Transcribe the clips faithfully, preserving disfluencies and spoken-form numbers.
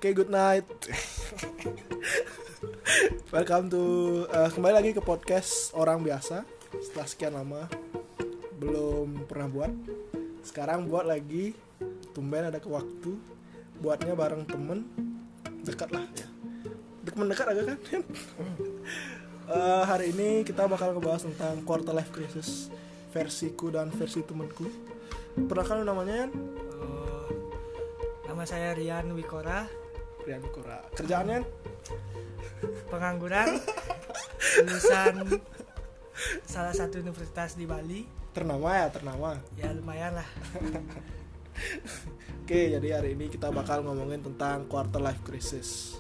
Oke, okay, good night. Welcome to uh, kembali lagi ke podcast orang biasa. Setelah sekian lama belum pernah buat, sekarang buat lagi. Tumben ada ke waktu. Buatnya bareng temen dekat lah ya. Temen dekat agak kan. uh, Hari ini kita bakal ngebahas tentang quarter life crisis, versiku dan versi temenku. Pernah kan namanya? Uh, nama saya Rian Wikora. Rian Wikora. Kerjaannya? Pengangguran. Lulusan salah satu universitas di Bali. Ternama ya, ternama. Ya lumayan lah. Oke, jadi hari ini kita bakal ngomongin tentang quarter life crisis.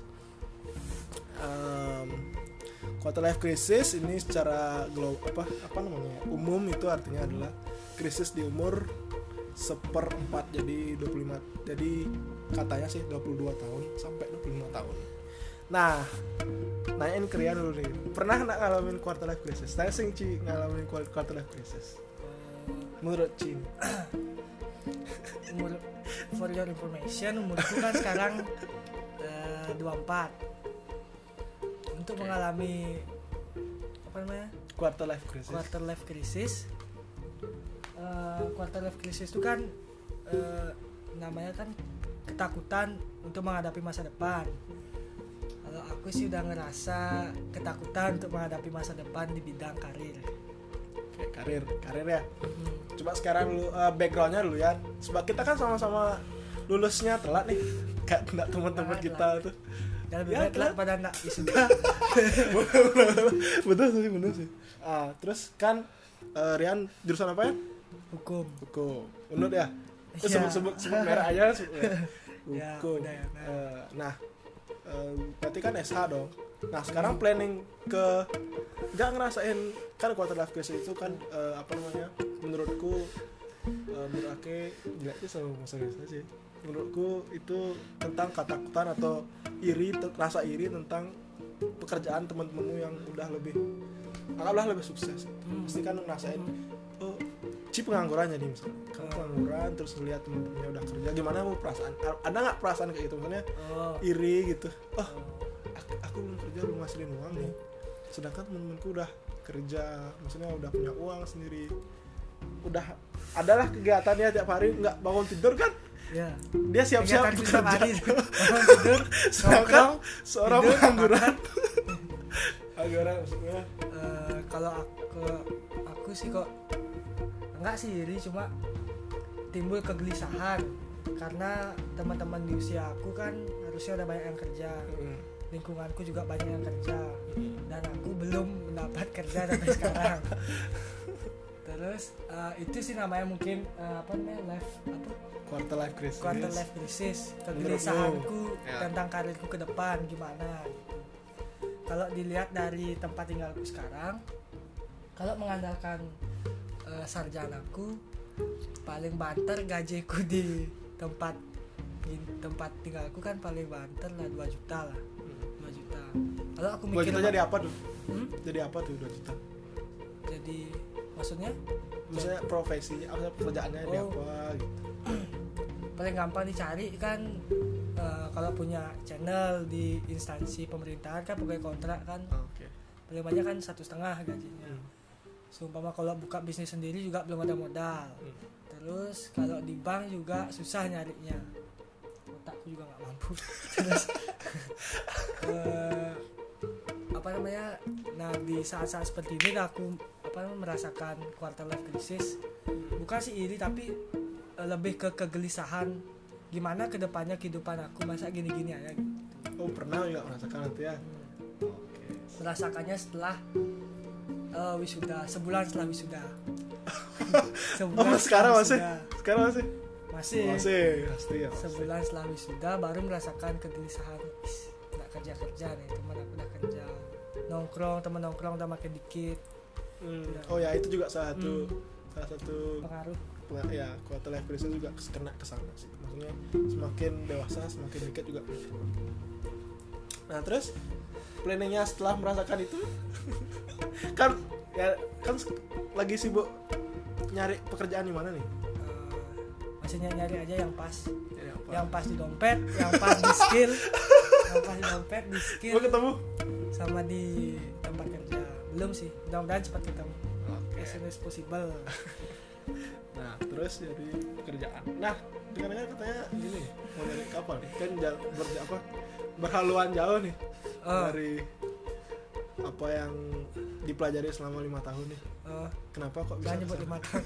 Um, quarter life crisis ini secara global apa apa namanya? Umum itu artinya adalah krisis di umur seperempat, jadi dua puluh lima, jadi katanya sih dua puluh dua tahun sampai dua puluh lima tahun. Nah, nanyain ke Rian dulu nih, pernah nggak ngalamin quarter life crisis? Tanya sing Ci ngalamin quarter life crisis menurut Ci. Umur, for your information, umurku kan sekarang uh, dua puluh empat. Untuk okay. mengalami apa namanya? Quarter life crisis. Quarter life crisis. Uh, quarter life crisis itu kan uh, namanya kan ketakutan untuk menghadapi masa depan. Kalau aku sih udah ngerasa ketakutan untuk menghadapi masa depan di bidang karir. Oke, karir, karir ya. Hmm. Coba sekarang lu uh, backgroundnya dulu ya. Sebab kita kan sama-sama lulusnya telat nih. Kayak enggak teman-teman kita telat. Tuh. Dan lebih ya, telat pada enggak wisuda. Betul sih, betul sih. Ah, terus kan uh, Rian jurusan apa ya? Hukum. Hukum. Unut ya? Terus ya. sebut-sebut sebut merah aja. Sebut, ya. Hukum. Ya, ya, nah. Uh, nah, uh, berarti kan S H dong. Nah, sekarang planning ke nggak ngerasain kan quarter life crisis itu kan uh, apa namanya? Menurutku uh, menurut aku jelek sih sama masa sih. Menurutku itu tentang ketakutan atau iri, rasa iri tentang pekerjaan teman-temanmu yang udah lebih anggaplah lebih sukses. Hmm. Pasti kan ngerasain oh Ci pengangguran jadi misalnya kan pengangguran terus lihat temen-temennya udah kerja, gimana mau perasaan ada nggak perasaan kayak gitu misalnya oh. iri gitu oh aku, aku belum kerja belum ngasilin uang nih sedangkan temen-temenku udah kerja maksudnya udah punya uang sendiri udah adalah kegiatannya tiap hari nggak bangun tidur kan ya. Dia siap-siap bekerja bangun tidur sedangkan seorang tidur, pengangguran pengangguran maksudnya uh, kalau aku aku sih kok enggak sih iri, cuma timbul kegelisahan karena teman-teman di usia aku kan harusnya udah banyak yang kerja, mm. lingkunganku juga banyak yang kerja, mm. dan aku belum mendapat kerja sampai sekarang. Terus uh, itu sih namanya mungkin uh, apa namanya life apa quarter life crisis. Quarter life crisis, kegelisahanku ya. Tentang karirku ke depan gimana. Gitu. Kalau dilihat dari tempat tinggalku sekarang, kalau mengandalkan Uh, sarjanaku paling banter gajiku di tempat di tempat tinggalku kan paling banter lah dua juta lah dua juta. Kalau aku mikir dua juta jadi apa tuh? Hmm? Jadi apa tuh dua juta? Jadi maksudnya? Maksudnya profesi, apa pekerjaannya oh. di apa gitu. Paling gampang dicari kan uh, kalau punya channel di instansi pemerintahan kan pegawai kontrak kan. Oh, okay. Paling banyak kan satu setengah gajinya. Hmm. Sumpama kalau buka bisnis sendiri juga belum ada modal. Hmm. Terus kalau di bank juga susah nyarinya. Otakku juga nggak mampu. Terus uh, apa namanya? Nah di saat-saat seperti ini aku apa namanya merasakan quarter life crisis. Bukan sih iri tapi uh, lebih ke kegelisahan. Gimana kedepannya kehidupan aku masa gini-gini aja. Gitu. Oh pernah nggak merasakan itu ya? Hmm. Oke. Merasakannya setelah Uh, wisuda, sebulan setelah wisuda. Sebulan oh, sekarang masih? Wisuda. Sekarang masih? Masih. Masih, pasti ya. Sebulan setelah wisuda baru merasakan kegelisahan. Nggak kerja-kerja nih, teman aku udah kerja. Nongkrong, teman nongkrong udah makin dikit. Hmm. Oh ya, itu juga salah satu hmm. salah satu pengaruh. Pengaruh ya, quarter life crisis juga kena kesana sih. Maksudnya semakin dewasa, semakin dikit juga. Nah, terus planningnya setelah merasakan itu kan ya kan lagi sibuk nyari pekerjaan di mana nih? Uh, masih biasanya nyari aja yang pas, ya, yang pas di dompet, yang pas di skill, yang pas di dompet, di skill. Mau ketemu? Sama di tempat kerja. Belum sih, mudah-mudahan cepat ketemu. Okay. As soon as possible. Nah, terus jadi pekerjaan. Nah, dengar-dengar katanya gini, mau nyari kapal nih. Kan jauh, ber, apa, berhaluan jauh nih Oh. dari apa yang dipelajari selama lima tahun nih. Oh. Kenapa kok bisa? Jangan nyebut lima tahun.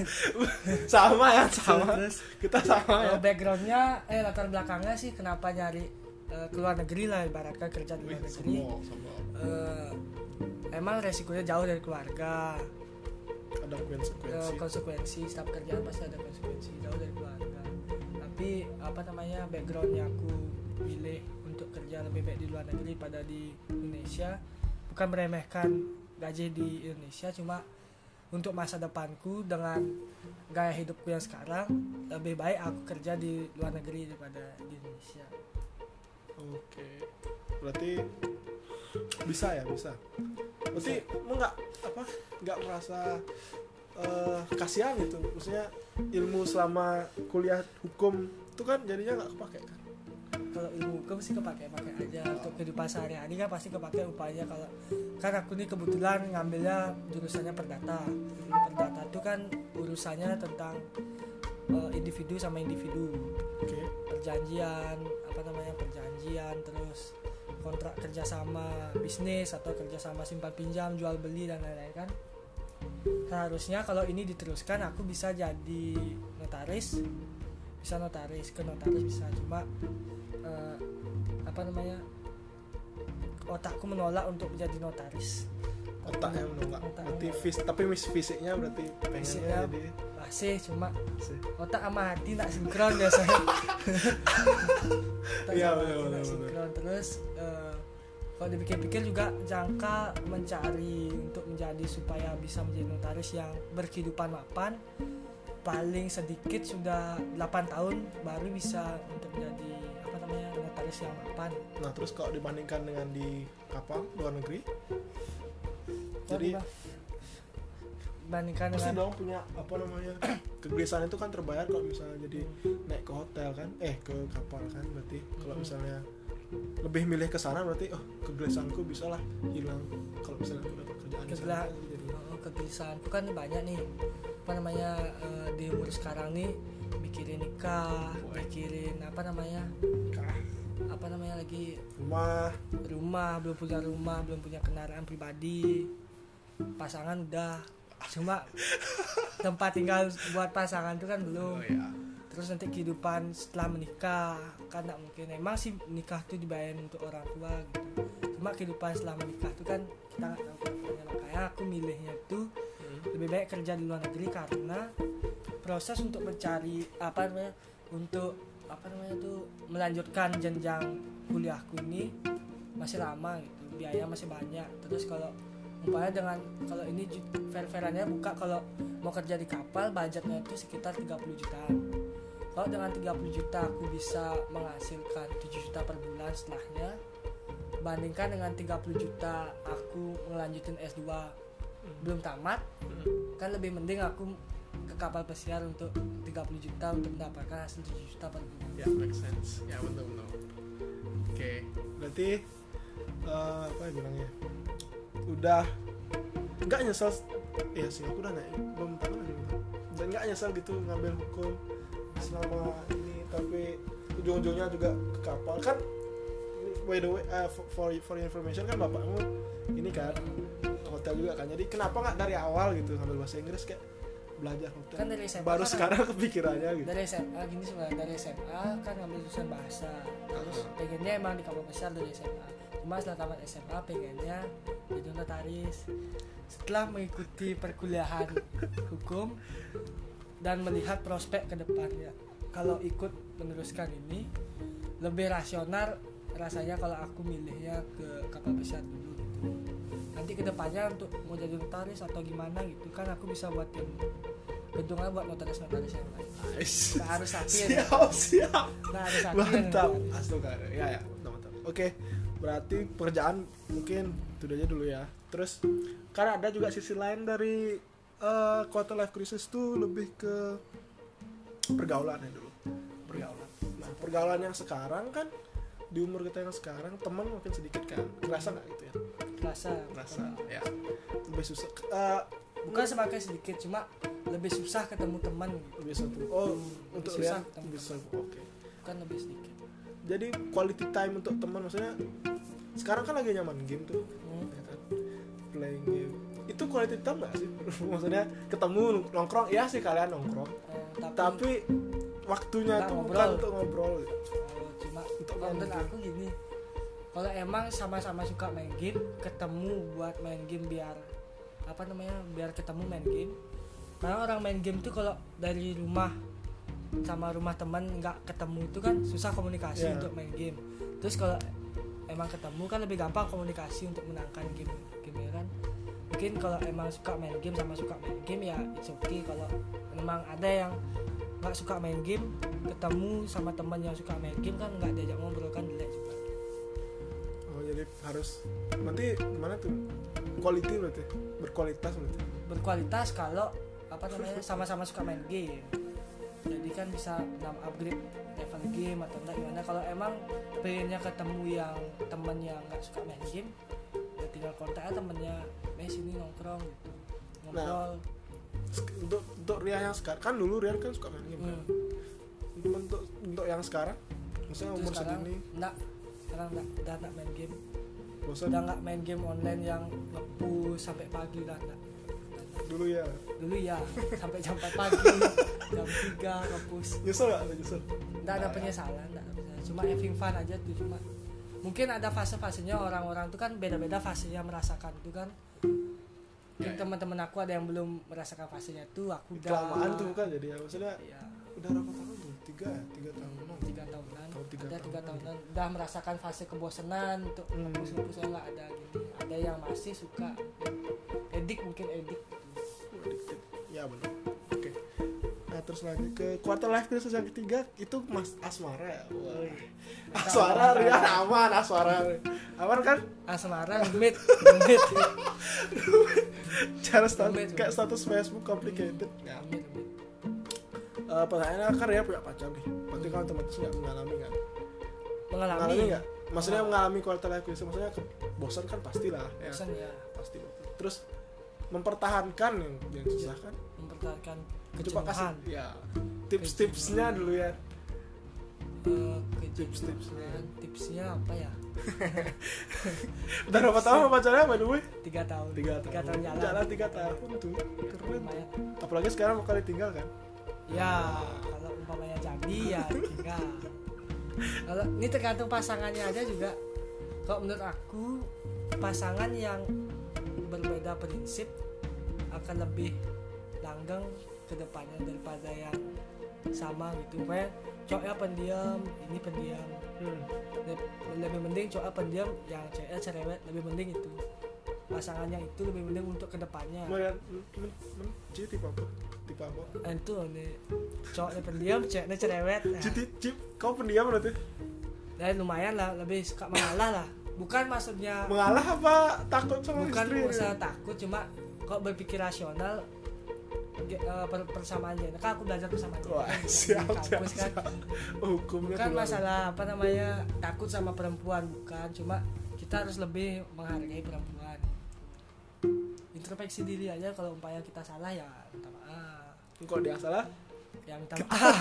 Sama ya, sama. Terus Kita sama ya. uh, backgroundnya, eh latar belakangnya sih kenapa nyari uh, keluar negeri lah, ibaratkan kerja di luar Wih, negeri. sombong, sombong. Uh, emang resikonya jauh dari keluarga. Ada konsekuensi. Uh, konsekuensi setiap kerjaan pasti ada konsekuensi, jauh dari keluarga. Tapi apa namanya, backgroundnya aku pilih untuk kerja lebih baik di luar negeri pada di Indonesia, bukan meremehkan gaji di Indonesia, cuma untuk masa depanku dengan gaya hidupku yang sekarang, lebih baik aku kerja di luar negeri daripada di Indonesia. Oke, berarti bisa ya, bisa. Berarti mau nggak apa nggak merasa uh, kasihan gitu, maksudnya ilmu selama kuliah hukum itu kan jadinya nggak kepake kan? Kalau ilmu hukum sih kepake-pakai aja, oh. Untuk kehidupan sehari-hari kan pasti kepake upaya. Kalau kan aku nih kebetulan ngambilnya jurusannya perdata. Perdata itu kan urusannya tentang uh, individu sama individu. Okay. Perjanjian, apa namanya perjanjian, terus kontrak kerjasama bisnis atau kerjasama simpan pinjam, jual beli dan lain-lain kan. Seharusnya kalau ini diteruskan aku bisa jadi notaris, bisa notaris ke notaris bisa, cuma uh, apa namanya otakku menolak untuk menjadi notaris. Otaknya menolak. Otak berarti menolak. Fis, tapi mis fisiknya berarti pengennya jadi masih, cuma masih. Otak sama hati tak sinkron biasanya. Iya benar-benar. Sinkron. Terus uh, kalau dipikir-pikir juga jangka mencari untuk menjadi supaya bisa menjadi notaris yang berkehidupan mapan, paling sedikit sudah delapan tahun baru bisa untuk menjadi apa namanya notaris yang mapan. Nah terus kalau dibandingkan dengan di kapal luar negeri, jadi bandingkan pasti dengan dong punya apa namanya kegelisahan itu kan terbayar kalau misalnya jadi naik ke hotel kan, eh ke kapal kan, berarti kalau misalnya lebih milih ke sana berarti oh kegelisahanku bisa lah hilang kalau misalnya aku dapat kerjaan di sana. Jadi oh, kegelisahanku kan banyak nih, apa namanya uh, di umur sekarang nih mikirin nikah, Boy. mikirin apa namanya nikah, apa namanya lagi rumah, rumah belum punya rumah, belum punya kendaraan pribadi, pasangan udah, cuma tempat tinggal buat pasangan itu kan belum. oh, iya. Terus nanti kehidupan setelah menikah kan tak mungkin. Emang sih nikah tuh dibayarin untuk orang tua gitu, cuma kehidupan setelah menikah tuh kan kita nggak tahu kedepannya. Makanya aku milihnya tuh hmm. lebih baik kerja di luar negeri, karena proses untuk mencari apa namanya untuk apa namanya tuh melanjutkan jenjang kuliahku ini masih lama gitu, biaya masih banyak. Terus kalau umpamanya dengan kalau ini fair-fairannya buka, kalau mau kerja di kapal budgetnya itu sekitar tiga puluh jutaan. Kalau dengan tiga puluh juta aku bisa menghasilkan tujuh juta per bulan setelahnya, bandingkan dengan tiga puluh juta aku ngelanjutin S dua belum tamat, kan lebih mending aku ke kapal pesiar untuk tiga puluh juta untuk mendapatkan hasil tujuh juta per bulan. Ya, make sense. Ya, betul-betul. Oke, okay. Berarti uh, apa ya bilangnya? Udah nggak nyesel, iya sih aku udah naik belum tahu lagi, dan nggak nyesel gitu ngambil hukum selama ini, tapi ujung-ujungnya juga ke kapal kan. By the way, uh, for for information kan bapakmu ini kan hotel juga kan, jadi kenapa nggak dari awal gitu ngambil bahasa Inggris kayak belajar hotel kan dari S M A baru kan sekarang kepikirannya gitu. Dari S M A gini sebenarnya, dari S M A kan ngambil jurusan bahasa, terus uh-huh. pengennya emang di kapal besar dari S M A, cuma setelah tamat S M A pengennya jadi notaris. Setelah mengikuti perkuliahan hukum dan melihat prospek ke depannya, kalau ikut meneruskan ini lebih rasional rasanya kalau aku milihnya ke kapal besar dulu gitu. Nanti ke depannya untuk mau jadi notaris atau gimana gitu kan aku bisa buatin gedungnya buat notaris-notaris yang lain. Nice. Nah, harus sakin. Siap, siap. Nah, harus sakin. Mantap. Astaga. Ya, ya. Mantap. Oke. Berarti pekerjaan mungkin itu aja dulu ya. Terus karena ada juga sisi lain dari uh, quarter life crisis tuh lebih ke pergaulannya dulu, pergaulan. Nah pergaulan yang sekarang kan di umur kita yang sekarang teman makin sedikit kan, kerasa nggak gitu ya? Kerasa, kerasa, ya lebih susah. Uh, bukan semakin sedikit, cuma lebih susah ketemu teman. Lebih satu. Oh, hmm, untuk susah lihat ketemu lebih susah. Oke. Okay. Bukan lebih sedikit. Jadi quality time untuk teman maksudnya sekarang kan lagi nyaman game tuh, hmm. ya kan? Playing game. Itu quality time nggak sih? Maksudnya ketemu nongkrong, ya sih kalian nongkrong. Oh, tapi, tapi waktunya tuh ngobrol. Bukan untuk ngobrol. Oh, cuma untuk konten aku gini. Kalau emang sama-sama suka main game, ketemu buat main game biar apa namanya? Biar ketemu main game. Karena orang main game tuh kalau dari rumah sama rumah teman nggak ketemu itu kan susah komunikasi yeah. untuk main game. Terus kalau emang ketemu kan lebih gampang komunikasi untuk menangkan game game ya kan. Mungkin kalau emang suka main game sama suka main game ya it's okay. Kalau memang ada yang nggak suka main game, ketemu sama teman yang suka main game kan nggak diajak ngobrol kan jelek juga. Oh jadi harus nanti gimana tuh? Quality berarti, berkualitas berarti. Berkualitas kalau apa namanya sama-sama suka main game. Jadi kan bisa upgrade level game atau enggak gimana. Kalau emang pengennya ketemu yang temen yang nggak suka main game, ya tinggal kontak aja temennya, main sini nongkrong gitu, ngobrol. Nah, untuk untuk Rian yang sekarang kan dulu Rian kan suka main game hmm. kan. Untuk untuk yang sekarang, misalnya umur sekarang, segini, enggak, sekarang enggak, udah enggak main game. Bosan? Udah enggak main game online yang nge-push sampai pagi udah enggak. Dulu ya dulu ya sampai jam empat pagi jam tiga nge-push. Nyesel gak? Nyesel? Nggak ada penyesalan, nggak ada penyesalan, cuma having fun aja tuh. Cuma mungkin ada fase-fasenya, orang-orang tuh kan beda-beda fasenya merasakan tuh kan. Mungkin ya, teman-teman aku ada yang belum merasakan fasenya tuh, aku udah kelamaan tuh kan jadi ya maksudnya ya. Udah berapa tahun tuh? Tiga, tiga tahunan tiga tahunan Tahun, tiga ada tiga tahunan. tahunan udah merasakan fase kebosanan untuk hmm. nge-push yang nggak ada gini. Ada yang masih suka edik, mungkin edik gitu. Ya benar. Oke. Okay. Nah terus lanjut ke quarter life crisis yang ketiga itu Mas Asmara ya. Woi. Asmara Rian aman, Asmara. Aman kan? Asmara limit, limit. Cara status kayak status Facebook complicated. Ya. Limit, limit. Uh, pertanyaannya kan Rian punya pacar nih. Berarti kan otomatis nggak mengalami kan? Mengalami. Mengalami nggak? Maksudnya oh. mengalami quarter life crisis, maksudnya bosan kan pastilah. Ya. Bosan ya. Pasti. Terus mempertahankan yang yang susah kan, mempertahankan coba kasih ya tips-tipsnya dulu ya. Uh, tips-tipsnya tipsnya apa ya? Udah berapa tahun pacarnya by the way? tiga tahun tiga tahun, tiga tahun jalan jalan tiga tahun tuh keren. Apalagi sekarang bakal ditinggal kan ya. Kalau umpamanya jadi ya tinggal. Kalau ini tergantung pasangannya aja juga. Kalau menurut aku pasangan yang berbeda prinsip akan lebih langgeng ke depannya daripada yang sama gitu. Kayak cowoknya pendiam, ini pendiam. Hmm. Lebih mending cowoknya pendiam, yang ceweknya cerewet, lebih mending itu. Pasangannya itu lebih mending untuk ke depannya. Men men men jadi tipe apa? Tipe apa? Itu nih. Cowoknya pendiam, ceweknya cerewet. Jadi cip, kau pendiam berarti? Dan lumayan lah, lebih suka mengalah lah. Bukan maksudnya mengalah apa takut sama bukan istri? Bukan usah takut, cuma kok berpikir rasional uh, persamaan gender. Kan aku belajar persamaan gender. Wah, siap, siap, kan. siap. Hukumnya bukan masalah apa namanya takut sama perempuan, bukan, cuma kita harus lebih menghargai perempuan. Introspeksi diri aja, kalau umpamanya kita salah ya minta maaf. Kalau dia salah ya minta maaf.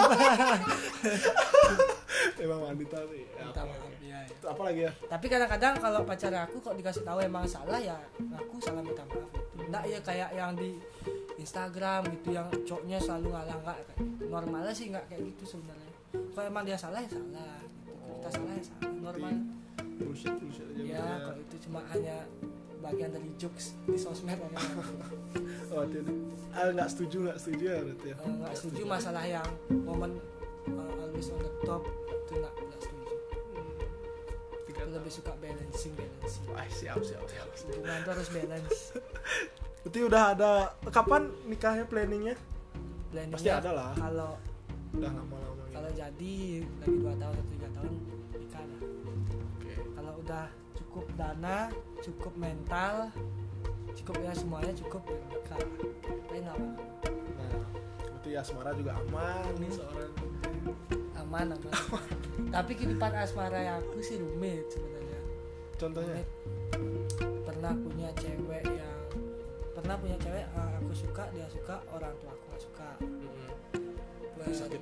Emang wanita sih ya, minta maaf ya, ya. Apa lagi ya? Tapi kadang-kadang kalau pacar aku kok dikasih tahu emang salah ya aku salah minta maaf gitu. Nggak ya kayak yang di Instagram gitu yang cowoknya selalu ngalah, nggak kayak gitu. Normalnya sih nggak kayak gitu sebenarnya. Kalau emang dia salah ya salah gitu. Kalau kita salah ya salah, normal. Bullshit bullshit aja. Ya kalau itu cuma hanya bagian dari jokes di sosmed aja. Oh tidak, ah, nggak setuju nggak setuju ya berarti ya. Nggak uh, setuju masalah yang momen uh, always on the top itu nggak nggak setuju. Hmm. Aku lebih suka balancing balancing. Wah siap siap siap. Hubungan tuh harus balance. Berarti udah ada kapan nikahnya planningnya? Planningnya pasti ada lah. Kalau udah lama-lama. Kalau gitu. Jadi lagi dua tahun atau tiga tahun nikah lah. Oke. Kalau udah cukup dana, cukup mental, cukup ya semuanya cukup ya nikah. Lain apa? Nah, berarti asmara juga aman nih seorang. Aman aman. Tapi kehidupan asmara yang aku sih rumit sebenarnya. Contohnya? Rumit. Pernah punya cewek yang pernah punya cewek uh, aku suka, dia suka, orang tua aku nggak suka. Mm-hmm. Pernah Sakit.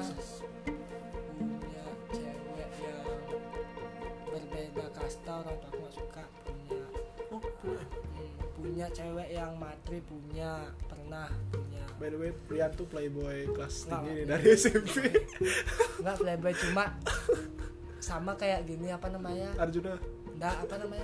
punya cewek yang berbeda kasta, orang tua aku nggak suka. Punya Oh, punya. hmm, punya cewek yang matri, punya pernah punya. By the way, Prian tuh playboy kelas Nggak, tinggi nih nggak. dari S M P. Nggak playboy, cuma sama kayak gini apa namanya? Arjuna. Nggak, apa namanya?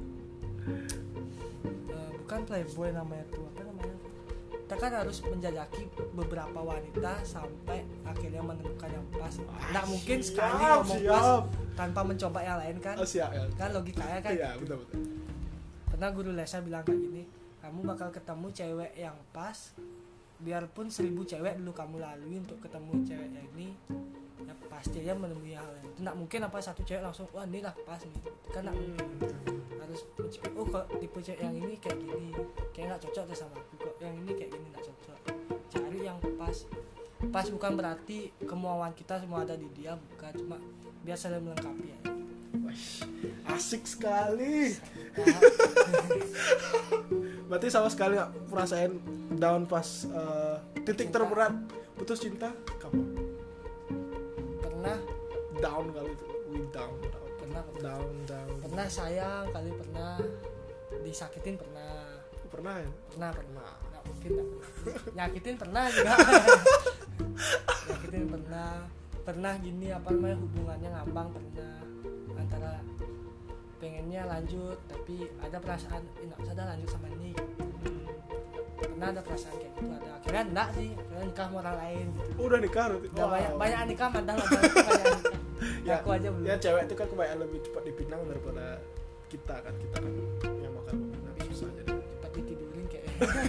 Uh, bukan playboy namanya tuh, apa namanya? Kita kan harus menjajaki beberapa wanita sampai akhirnya menemukan yang pas. Nggak mungkin Siap, sekali ngomong siap. pas tanpa mencoba yang lain kan? Oh, siap ya. Kan logikanya kan. Iya, betul betul. Pernah guru lesnya bilang kayak gini, kamu bakal ketemu cewek yang pas, biarpun seribu cewek dulu kamu lalui untuk ketemu cewek yang ini, ya pasti aja menemui hal yang itu. Nggak mungkin apa satu cewek langsung wah ini lah pas nih, kan nggak mungkin. Harus mencipik, oh kok tipe cewek yang ini kayak gini, kayak nggak cocok deh sama aku, kok yang ini kayak gini nggak cocok. Cari yang pas. Pas bukan berarti kemauan kita semua ada di dia, bukan, cuma biar saling melengkapi ya. Wah, asik sekali. Nah, Berarti sama sekali nggak merasain down pas uh, titik Cinta. terberat putus cinta kamu? pernah Down kali itu, we down, down, pernah pernah down, down. pernah sayang kali, pernah disakitin, pernah Pernah ya? pernah pernah Pernah. nggak mungkin nggak pernah. Nyakitin pernah juga. Nyakitin pernah pernah gini apa namanya, hubungannya ngambang pernah, antara pengennya lanjut tapi ada perasaan nggak usah dah lanjut sama ini, pernah ada perasaan kayak gitu, ada akhirnya enggak sih, akhirnya nikah sama orang lain gitu. Oh, udah nikah berarti? Udah Wow. banyak banyak nikah mantan mantan banyak nikah. Ya, Aku aja belum. Ya cewek itu kan kebanyakan lebih cepat dipinang daripada kita kan, kita kan yang bakal meminang susah jadi. Cepat ditidurin kayak.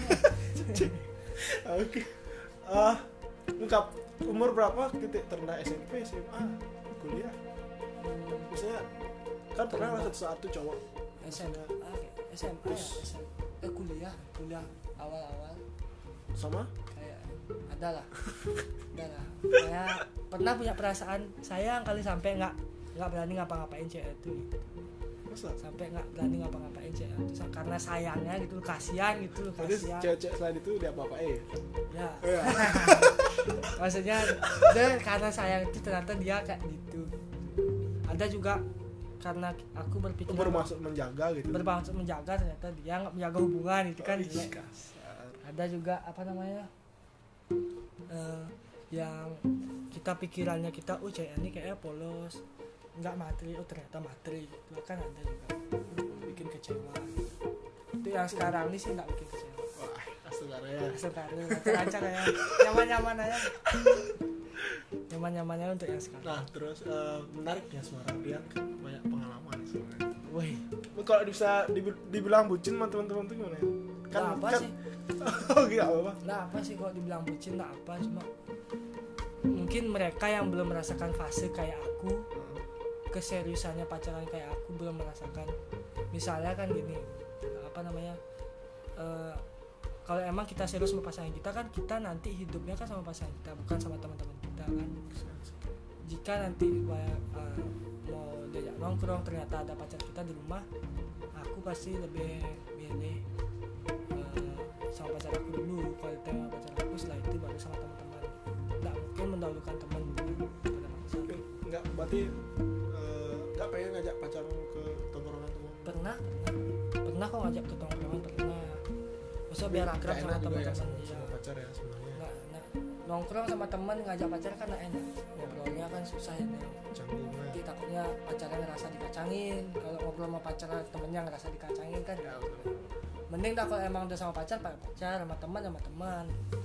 Oke. Ah, ungkap umur berapa titik terendah S M P, S M A, kuliah? Misalnya kan pernah lah satu satu cowok S M A, S M A ya, S M A, eh kuliah, kuliah awal-awal sama kayak ada lah, ada lah. Saya pernah punya perasaan sayang kali sampai nggak nggak berani ngapa-ngapain cewek itu, masa? sampai nggak berani ngapa-ngapain cewek itu karena sayangnya gitu, kasihan gitu, Jadi kasihan. cewek-cewek selain itu dia apa-apain? Ya, Iya. maksudnya dia karena sayang itu ternyata dia kayak gitu. Ada juga karena aku berpikir Bermaksud menjaga gitu. bermaksud menjaga, ternyata dia nggak menjaga hubungan itu kan. Ih, jelek. kasar. Ada juga apa namanya uh, yang kita pikirannya kita oh cewek ini kayaknya polos, nggak materi, oh ternyata materi itu kan ada juga bikin kecewa. Itu yang sekarang ini sih nggak bikin kecewa. Wah, astaga ya. Sekarang lancar ya, nyaman-nyaman aja, nyaman-nyamannya untuk yang sekarang. Nah, terus uh, menarik ya suara dia kan banyak pengalaman sebenarnya. Wih, Kalau bisa dibi- dibilang bucin sama teman-teman tuh gimana ya? Kan nggak apa kan sih? Oh, gila apa? Nggak apa sih kalau dibilang bucin, nggak apa, cuma mungkin mereka yang belum merasakan fase kayak aku, keseriusannya pacaran kayak aku belum merasakan. Misalnya kan gini, apa namanya, uh, kalau emang kita serius sama pasangan kita kan, kita nanti hidupnya kan sama pasangan kita, bukan sama teman-teman kita kan. Jika nanti uh, mau diajak nongkrong ternyata ada pacar kita di rumah, aku pasti lebih milih uh, sama pacar aku dulu. Kalau tema pacar aku, setelah itu baru sama teman-teman. Nggak mungkin mendahulukan teman dulu pada pacar. Enggak, berarti uh, enggak pengen ngajak pacarmu ke tongkrongan tuh? Pernah, pernah, pernah kok ngajak ke tongkrongan, pernah. Maksudnya biar akrab sama teman-teman. sama, Ya. sama pacar ya sebenarnya. Nggak, nggak. Nongkrong sama teman ngajak pacar kan nggak enak. Ngobrolnya kan susah ya. Nih. Canggung Nanti ya. takutnya pacarnya ngerasa dikacangin. Kalau ngobrol sama pacar temennya ngerasa dikacangin kan. Ya, betul. Mending dah kalau emang udah sama pacar, pakai pacar, sama teman sama teman.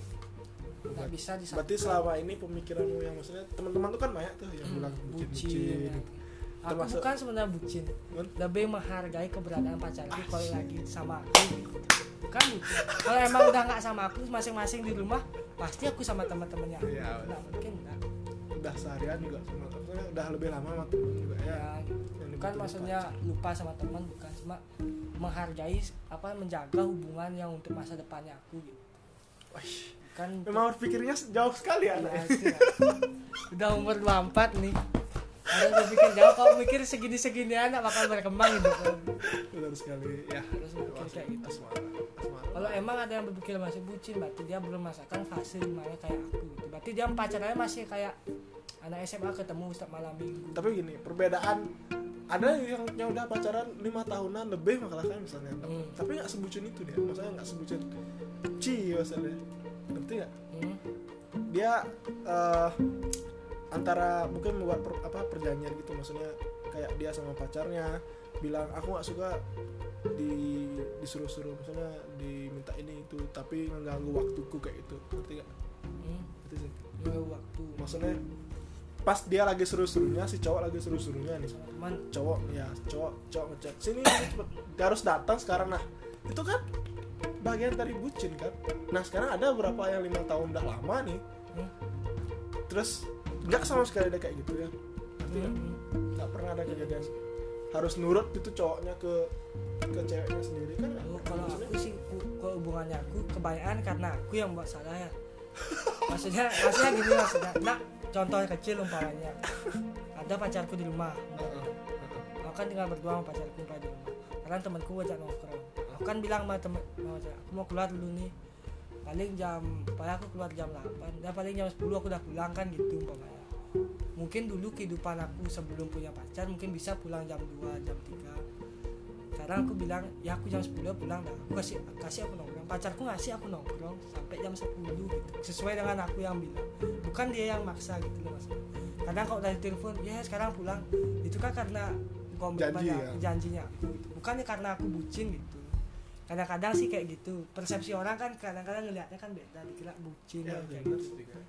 Nggak bisa disatukan. Berarti selama ini pemikiranmu yang maksudnya teman-teman tuh kan banyak tuh yang Hmm, bilang bucin. bucin-bucin. Ya. Aku Termasuk- bukan sebenarnya bucin, Men? lebih menghargai keberadaan pacarku kalau lagi sama aku gitu. Bukan bucin. Kalau emang udah nggak sama aku, masing-masing di rumah, pasti aku sama teman-temannya. Iya, Nggak mungkin nggak. Udah seharian juga sama maksudnya udah lebih lama sama temen juga ya. Ya, Yang bukan dibutuhin maksudnya pacar. lupa sama teman, bukan, cuma menghargai apa menjaga hubungan yang untuk masa depannya aku gitu. Wih, kan memang berpikirnya jauh sekali ya, ya, ya. Udah umur dua puluh empat nih harus berpikir jauh. Kalau mikir segini-segini anak bakal berkembang hidup kan. Benar sekali ya, harus berpikir kayak gitu. Asmara, Asmara. Kalau emang ada yang berpikir masih bucin, berarti dia belum merasakan fase dimana kayak aku gitu. Berarti dia pacarannya masih kayak anak S M A ketemu setiap malam minggu. Tapi gini, perbedaan ada yang yang udah pacaran lima tahunan lebih malah kan misalnya, hmm. tapi nggak sebucin itu dia, maksudnya nggak sebucin ci maksudnya, ngerti nggak? Hmm. Dia uh, antara mungkin membuat per, apa perjanjian gitu, maksudnya kayak dia sama pacarnya bilang aku nggak suka di disuruh-suruh, misalnya diminta ini itu, tapi mengganggu waktuku kayak itu, ngerti nggak? Hmm. Ngerti sih? Mengganggu waktu. Maksudnya pas dia lagi seru-serunya, si cowok lagi seru-serunya nih, teman cowok ya cowok cowok ngechat sini cepet harus datang sekarang, nah itu kan bagian dari bucin kan. Nah sekarang ada beberapa yang lima tahun udah lama nih, hmm. terus nggak sama sekali ada kayak gitu ya, artinya nggak hmm. pernah ada kejadian harus nurut itu cowoknya ke ke ceweknya sendiri kan. Oh, kalau aku sih kalau hubungannya aku kebanyakan karena aku yang buat salah ya. maksudnya maksudnya gini maksudnya nah contoh kecil umpamanya ada pacarku di rumah, aku kan tinggal berdua sama pacarku di rumah, karena temanku ajak nongkrong, aku kan bilang sama temen aku mau keluar dulu nih, paling jam paling aku keluar jam delapan, dan paling jam sepuluh aku udah pulang kan gitu umpamanya. Mungkin dulu kehidupan aku sebelum punya pacar mungkin bisa pulang jam dua, jam tiga. Sekarang aku bilang ya aku jam sepuluh pulang dah, aku kasih kasih aku nongkrong, pacarku ngasih aku nongkrong sampai jam sepuluh gitu, sesuai dengan aku yang bilang, bukan dia yang maksa gitu loh mas. Kadang kalau dari telepon ya sekarang pulang, itu kan karena komitmen Janji, ya. janjinya aku gitu, bukannya karena aku bucin gitu. Kadang-kadang sih kayak gitu, persepsi orang kan kadang-kadang ngelihatnya kan beda, dikira bucin ya, kayak gitu,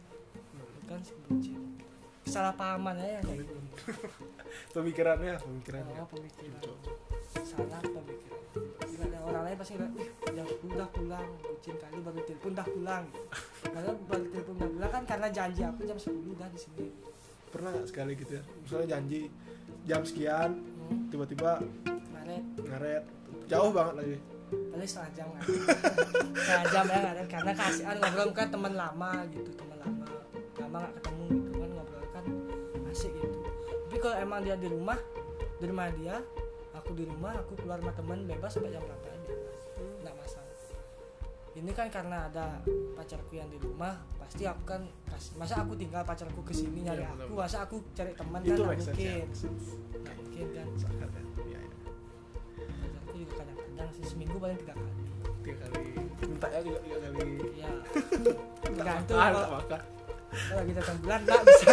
bukan sih bucin, kesalahpahaman aja kayak gitu. pemikirannya pemikirannya oh, pemikiran salah pemikiran. Jika ada orang lain pasti bilang, wih jam sepuluh udah pulang, bucin kali baru telepon udah pulang. Karena baru telepon udah pulang kan karena janji aku jam sepuluh udah di sini. Pernah nggak sekali gitu ya, misalnya janji jam sekian, hmm. tiba-tiba ngaret ngaret jauh banget lagi, paling setengah jam kan setengah jam ya ngaret, karena kasihan ngobrol kan teman lama gitu, teman lama lama nggak ketemu gitu kan, ngobrol kan asik gitu. Tapi kalau emang dia di rumah di rumah dia, aku di rumah, aku keluar sama teman bebas sampai jam berapa aja, nggak masalah. Ini kan karena ada pacarku yang di rumah, pasti aku kan kasih, masa aku tinggal pacarku kesini nyari ya, aku, masa aku cari teman kan nggak mungkin, nggak mungkin kan. Ya, ya. Pacarku juga kadang-kadang sih seminggu paling tiga kali. Tiga kali. Minta ya juga tiga kali. Ya. Tergantung kalau kalau kita bulan nggak bisa.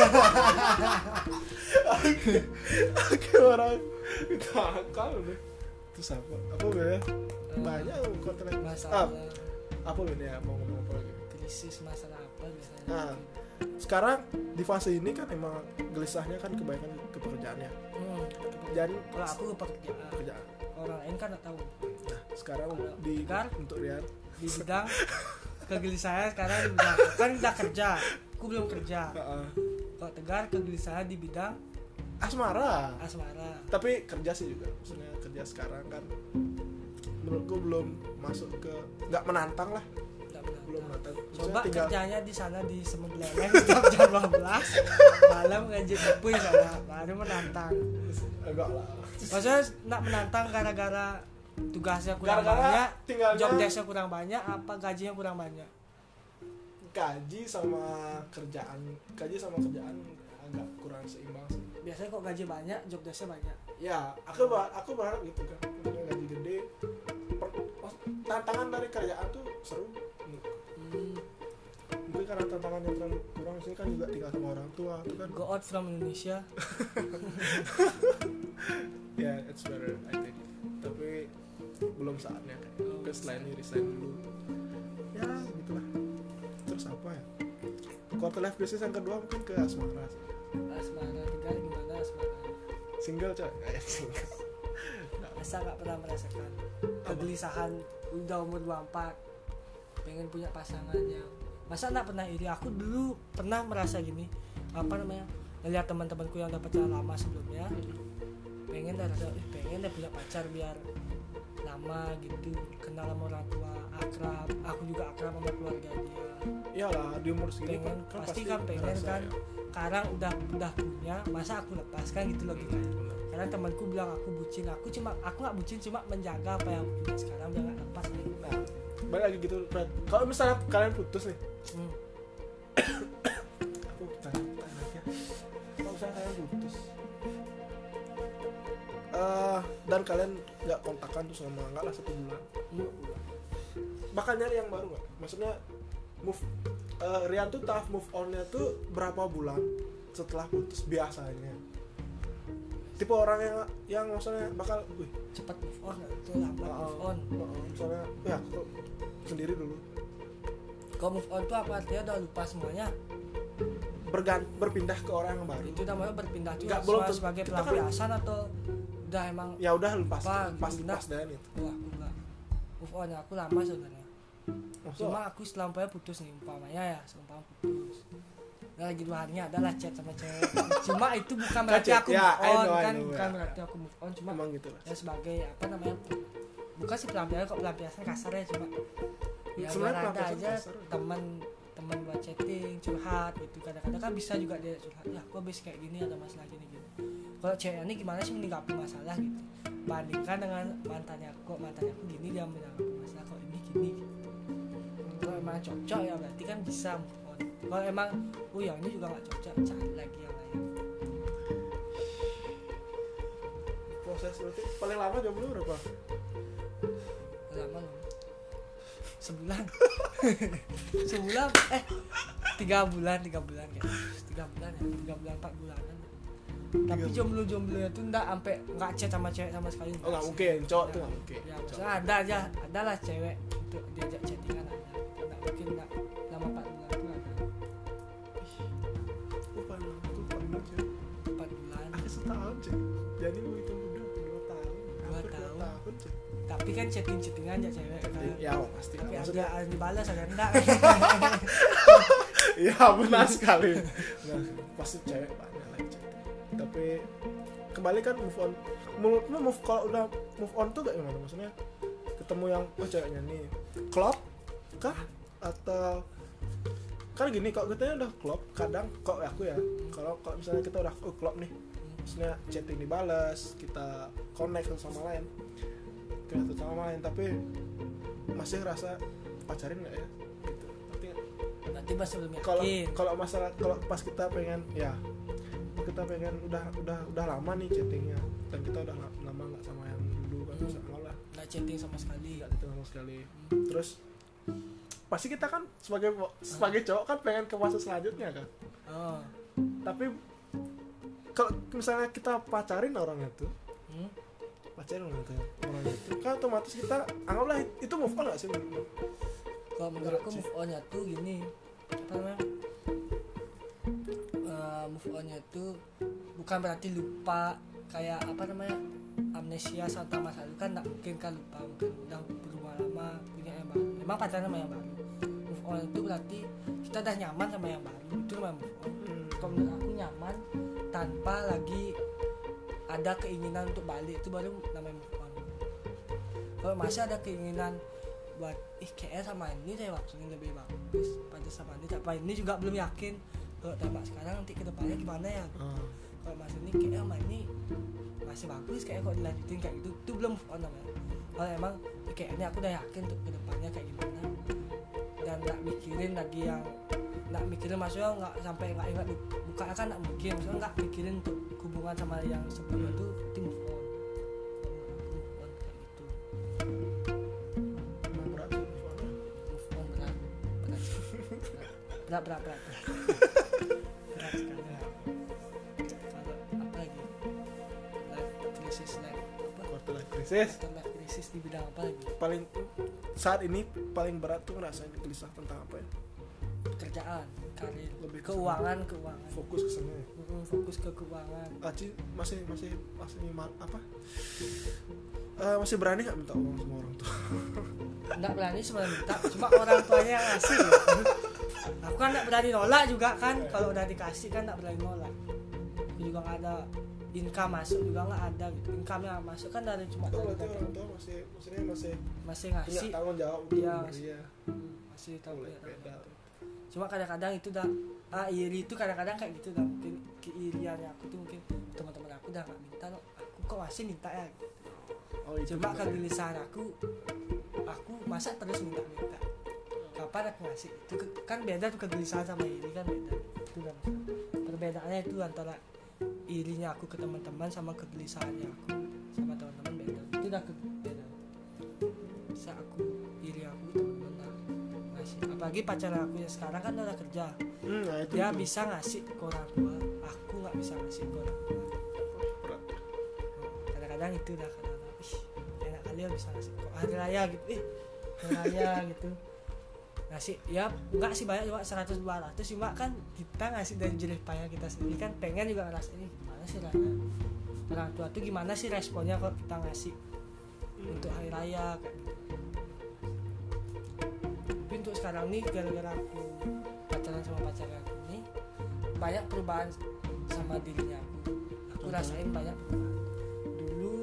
Oke orang kita akal deh. Terus apa? Apa ya? Banyak kok ternyata masalah. Apa beda ya, mau ngomong apa lagi? Krisis masalah apa biasanya? Nah, sekarang di fase ini kan emang gelisahnya kan kebanyakan ke pekerjaannya. Hmm, jadi kalau aku ke pekerjaan, pekerjaan. Orang lain kan nggak tahu. Nah, sekarang kalau di Tegar, untuk Rian di bidang kegelisahan sekarang di bidang kan udah kerja, aku belum kerja. Uh-uh. Kalau Tegar kegelisahan di bidang asmara. Asmara. Tapi kerja sih juga, maksudnya kerja sekarang kan menurutku belum masuk ke nggak menantang lah. Nggak menantang. Belum menantang. Coba tinggal... kerjanya di sana di Semebeleng setiap jam dua belas malam ngajak ngepuy sana baru menantang. Enggak lah. Maksudnya nak menantang gara-gara tugasnya kurang gara-gara banyak, tinggalnya... job desk-nya kurang banyak, apa gajinya kurang banyak? Gaji sama kerjaan, gaji sama kerjaan agak kurang seimbang sih. Biasanya kok gaji banyak, job desk-nya banyak. Ya, aku ber- aku berharap gitu kan. Maksudnya gaji gede, per- tantangan dari kerjaan tuh seru. Hmm. Mungkin karena tantangan yang terlalu kurang sih kan juga tinggal sama orang tua itu kan. Go out from Indonesia. Ya, yeah, it's better I think. Tapi belum saatnya kan. Oh, selain ini resign dulu. Ya, gitulah. Terus apa ya? Quarter life crisis yang kedua mungkin ke asmara sih. Asmara, Tegar gimana asmara? Single coy, kayak single. Masa gak pernah merasakan kegelisahan udah umur dua puluh empat pengen punya pasangannya. Masa gak pernah iri? Aku dulu pernah merasa gini, apa namanya, ngeliat teman-temanku yang udah pacaran lama sebelumnya, pengen dah rasa, eh, pengen dah punya pacar biar lama gitu, kenal sama orang tua, akrab, aku juga akrab sama keluarga dia. Iyalah di umur segini Pengen, kan, kan pasti kan pengen ngerasa, kan ya. sekarang udah udah punya, masa aku lepaskan gitu logikanya. Karena temanku bilang aku bucin, aku cuma aku nggak bucin, cuma menjaga apa yang aku punya sekarang biar nggak lepas gitu. Nah, balik lagi gitu Fred. Kalau misalnya kalian putus nih, Hmm. aku tanya tanya lagi ya. Kalau misalnya kalian putus, eh dan kalian nggak kontakkan tuh selama nggak lah satu bulan, dua bulan, bakal nyari yang baru nggak? Maksudnya move, uh, Rian tuh tahap move onnya tuh berapa bulan setelah putus biasanya? Tipe orang yang yang maksudnya bakal, wih, Cepat move on itu lambat uh, move on. uh, uh, misalnya, ya aku sendiri dulu Kalau move on tuh apa artinya udah lupa semuanya? bergan berpindah ke orang yang baru. Itu namanya berpindah tuh Nggak, cuma belum tentu. sebagai Kita kan- pelampiasan atau udah emang Ya udah lepas, Apa, lepas, gitu, lepas dan itu. wah aku enggak move on, aku lama sebenarnya. Maksud, Cuma aku setelah umpamanya putus nih, umpamanya ya seumpama putus, nah lagi dua harinya adalah chat sama cewek. Cuma itu bukan berarti Chat, aku ya, move I on know, I kan, know, bukan ya. berarti aku move on, cuma emang gitu lah. ya sebagai apa namanya, bukan sih pelampiasan, kok pelampiasan kasar ya, cuma ya Sebenarnya biar ada pelampiasan aja kasar. teman teman buat chatting, curhat gitu. Kadang-kadang kan bisa juga dia curhat, ya aku habis kayak gini, ada masalah gini gini. Kalau cewek ini gimana sih menyikapi masalah gitu, bandingkan dengan mantannya aku, kok mantannya aku gini dia menyikapi masalah, kok ini gini gitu. Kalau emang cocok ya berarti kan bisa move on. Kalau emang oh yang ini juga nggak cocok, cari lagi yang lain. Proses berarti paling lama jomblo berapa? Lama loh, sebulan. Sebulan eh tiga bulan tiga bulan ya tiga bulan ya tiga bulan empat bulanan. Tapi jomblo-jomblonya tuh enggak sampai enggak chat sama cewek sama sekali. Oh nggak mungkin, cowok tuh nggak mungkin. Ya, Cowok. maksudnya ada aja, adalah cewek untuk diajak chattingan ada. Enggak mungkin enggak lama empat bulan tuh ada. Aku paling aku pernah sih. empat bulan. Aku setahun sih. Jadi lu itu udah dua tahun. Dua Hampir tahun. dua tahun sih. Tapi kan chatting-chattingan aja cewek kan. Ya oh, pasti. Tapi Maksudnya ada dibalas ada enggak. ya benar sekali. Nah, pasti cewek banyak lah cewek. Tapi kembali kan move on. Menurutmu move kalau udah move on tuh gak gimana? Maksudnya ketemu yang oh ceweknya nih klop kah atau kan gini kok kita udah klop kadang kok aku ya kalau kalau misalnya kita udah oh, klop nih maksudnya chatting dibalas kita connect satu sama lain kita satu sama lain tapi masih rasa pacarin nggak ya gitu tapi Berarti masih belum kalau yakin. kalau masalah kalau pas kita pengen ya kita pengen udah udah udah lama nih chattingnya dan kita udah la- lama nggak sama yang dulu kan Hmm. bisa malah Enggak chatting sama sekali. nggak gitu sama sekali terus pasti kita kan sebagai sebagai cowok kan pengen ke fase selanjutnya kan Oh. tapi kalau misalnya kita pacarin orangnya tuh Hmm? pacarin orangnya orangnya itu kan otomatis kita anggaplah itu move on nggak sih menurutmu? Kalau menurut aku move on-nya tuh gini, apa namanya? Uh, move on-nya tuh bukan berarti lupa kayak apa namanya? Amnesia tentang masa lalu kan nggak mungkin kan lupa, mungkin udah berubah lama punya yang baru. Memang pacaran sama yang baru. Move on itu berarti kita udah nyaman sama yang baru. Itu namanya move on. Hmm. Kalau menurut aku nyaman tanpa lagi ada keinginan untuk balik, itu baru namanya move on. Kalau masih ada keinginan buat ih kayaknya sama ini deh waktunya lebih bagus pada sama ini, apa ini juga belum yakin kalau tembak sekarang nanti ke depannya gimana ya. Ah. Kalau masih ini kayaknya sama ini masih bagus kayaknya kalau dilanjutin kayak gitu, itu belum move on namanya. Kalau emang eh, kayaknya aku udah yakin untuk ke depannya kayak gimana dan nggak mikirin lagi yang nggak mikirin, maksudnya nggak sampai nggak ingat buka kan nggak mungkin, maksudnya nggak mikirin untuk hubungan sama yang sebelumnya tuh itu move on. Move on kayak gitu. Emang berat sih move on-nya. Move on berat berat sih. berat berat berat berat, berat sekali. Kalau apa lagi life crisis life apa Quarter life crisis quarter life crisis di bidang apa lagi? paling saat ini paling berat tuh ngerasain gelisah tentang apa ya Pekerjaan, karir, Lebih ke keuangan keuangan fokus ke sana ya Mm, fokus ke keuangan. Aci masih masih masih ma- apa Eh, masih berani nggak minta uang sama orang tua Nggak berani sebenarnya minta, cuma orang tuanya yang ngasih ya. Aku kan nggak berani nolak juga kan, kalau udah dikasih kan nggak berani nolak. Aku juga nggak ada income masuk juga nggak ada gitu. Income yang masuk kan dari cuma oh, dari berarti orang tua masih maksudnya masih masih punya ngasih tanggung jawab iya, untuk masih, dia masih tahu boleh ya, beda. Cuma kadang-kadang itu dah ah iri itu kadang-kadang kayak gitu dah, mungkin keiriannya aku tuh mungkin teman-teman aku udah nggak minta loh, aku kok masih minta ya gitu. Oh, itu Cuma juga. kegelisahan aku aku masa terus minta-minta, kapan aku ngasih itu ke- kan beda tuh, kegelisahan sama iri kan beda itu kan perbedaannya itu antara irinya aku ke teman-teman sama kegelisahannya aku sama teman-teman beda, itu udah ke- beda. Bisa aku iri aku teman-teman lah ngasih, apalagi pacar aku yang sekarang kan udah kerja, Hmm, nah, itu, dia itu. bisa ngasih ke orang tua, aku nggak bisa ngasih ke orang tua. Berat. Kadang-kadang itu udah kadang-kadang ih enak kali ya bisa ngasih kok hari raya gitu, ih hari raya gitu ngasih ya nggak sih banyak, cuma seratus dua ratus, cuma kan kita ngasih dari jerih payah kita sendiri kan, pengen juga ngerasa ini gimana sih raya orang tua tuh gimana sih responnya kalau kita ngasih untuk hari raya kayak gitu. Tapi untuk sekarang nih gara-gara aku pacaran sama pacar aku nih banyak perubahan sama dirinya aku, aku rasain banyak perubahan. Dulu